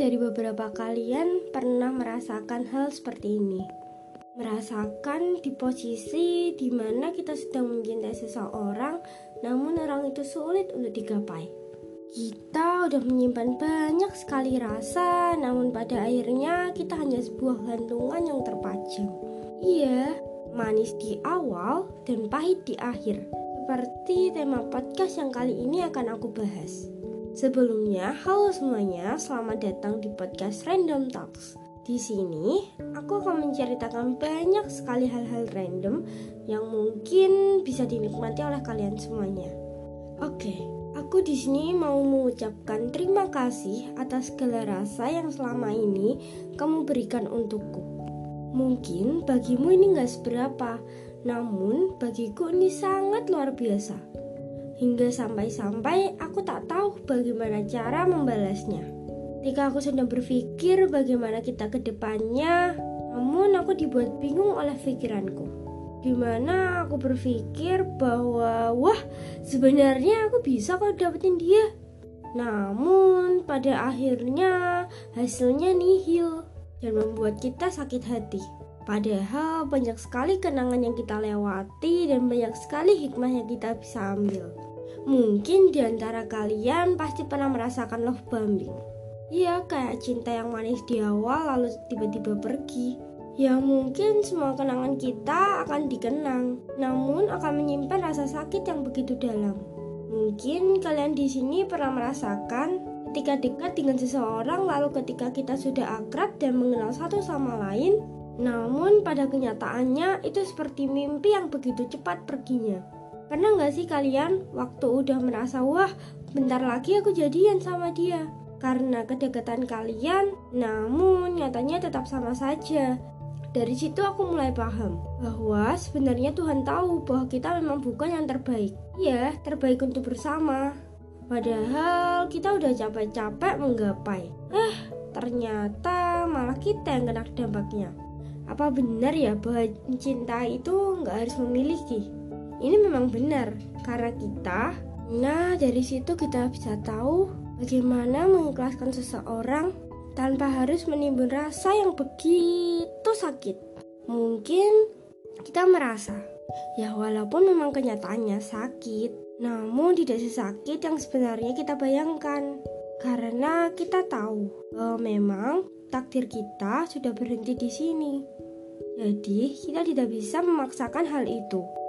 dari beberapa kalian pernah merasakan hal seperti ini. Merasakan di posisi di mana kita sedang mencintai seseorang, namun orang itu sulit untuk digapai. Kita udah menyimpan banyak sekali rasa, namun pada akhirnya kita hanya sebuah gantungan yang terpajang. Iya, manis di awal dan pahit di akhir. Seperti tema podcast yang kali ini akan aku bahas. Sebelumnya, halo semuanya, selamat datang di podcast Random Talks. Di sini, aku akan menceritakan banyak sekali hal-hal random yang mungkin bisa dinikmati oleh kalian semuanya. Oke, aku di sini mau mengucapkan terima kasih atas segala rasa yang selama ini kamu berikan untukku. Mungkin bagimu ini gak seberapa, namun bagiku ini sangat luar biasa. Hingga sampai-sampai aku tak tahu bagaimana cara membalasnya. Ketika aku sedang berpikir bagaimana kita ke depannya, namun aku dibuat bingung oleh pikiranku. Dimana aku berpikir bahwa sebenarnya aku bisa kok dapetin dia. Namun pada akhirnya hasilnya nihil dan membuat kita sakit hati. Padahal banyak sekali kenangan yang kita lewati dan banyak sekali hikmah yang kita bisa ambil. Mungkin di antara kalian pasti pernah merasakan love bombing. Iya, kayak cinta yang manis di awal lalu tiba-tiba pergi. Yang mungkin semua kenangan kita akan dikenang, namun akan menyimpan rasa sakit yang begitu dalam. Mungkin kalian di sini pernah merasakan ketika dekat dengan seseorang lalu ketika kita sudah akrab dan mengenal satu sama lain, namun pada kenyataannya itu seperti mimpi yang begitu cepat perginya. Pernah gak sih kalian waktu udah merasa bentar lagi aku jadian sama dia, karena kedekatan kalian, namun nyatanya tetap sama saja. Dari situ aku mulai paham bahwa sebenarnya Tuhan tahu bahwa kita memang bukan yang terbaik. Iya, terbaik untuk bersama. Padahal kita udah capek-capek menggapai. Ternyata malah kita yang kena dampaknya. Apa benar ya bahwa cinta itu gak harus memiliki? Ini memang benar, karena dari situ kita bisa tahu bagaimana mengikhlaskan seseorang tanpa harus menimbun rasa yang begitu sakit. Mungkin kita merasa, ya walaupun memang kenyataannya sakit, namun tidak sesakit yang sebenarnya kita bayangkan. Karena kita tahu bahwa memang takdir kita sudah berhenti di sini. Jadi kita tidak bisa memaksakan hal itu.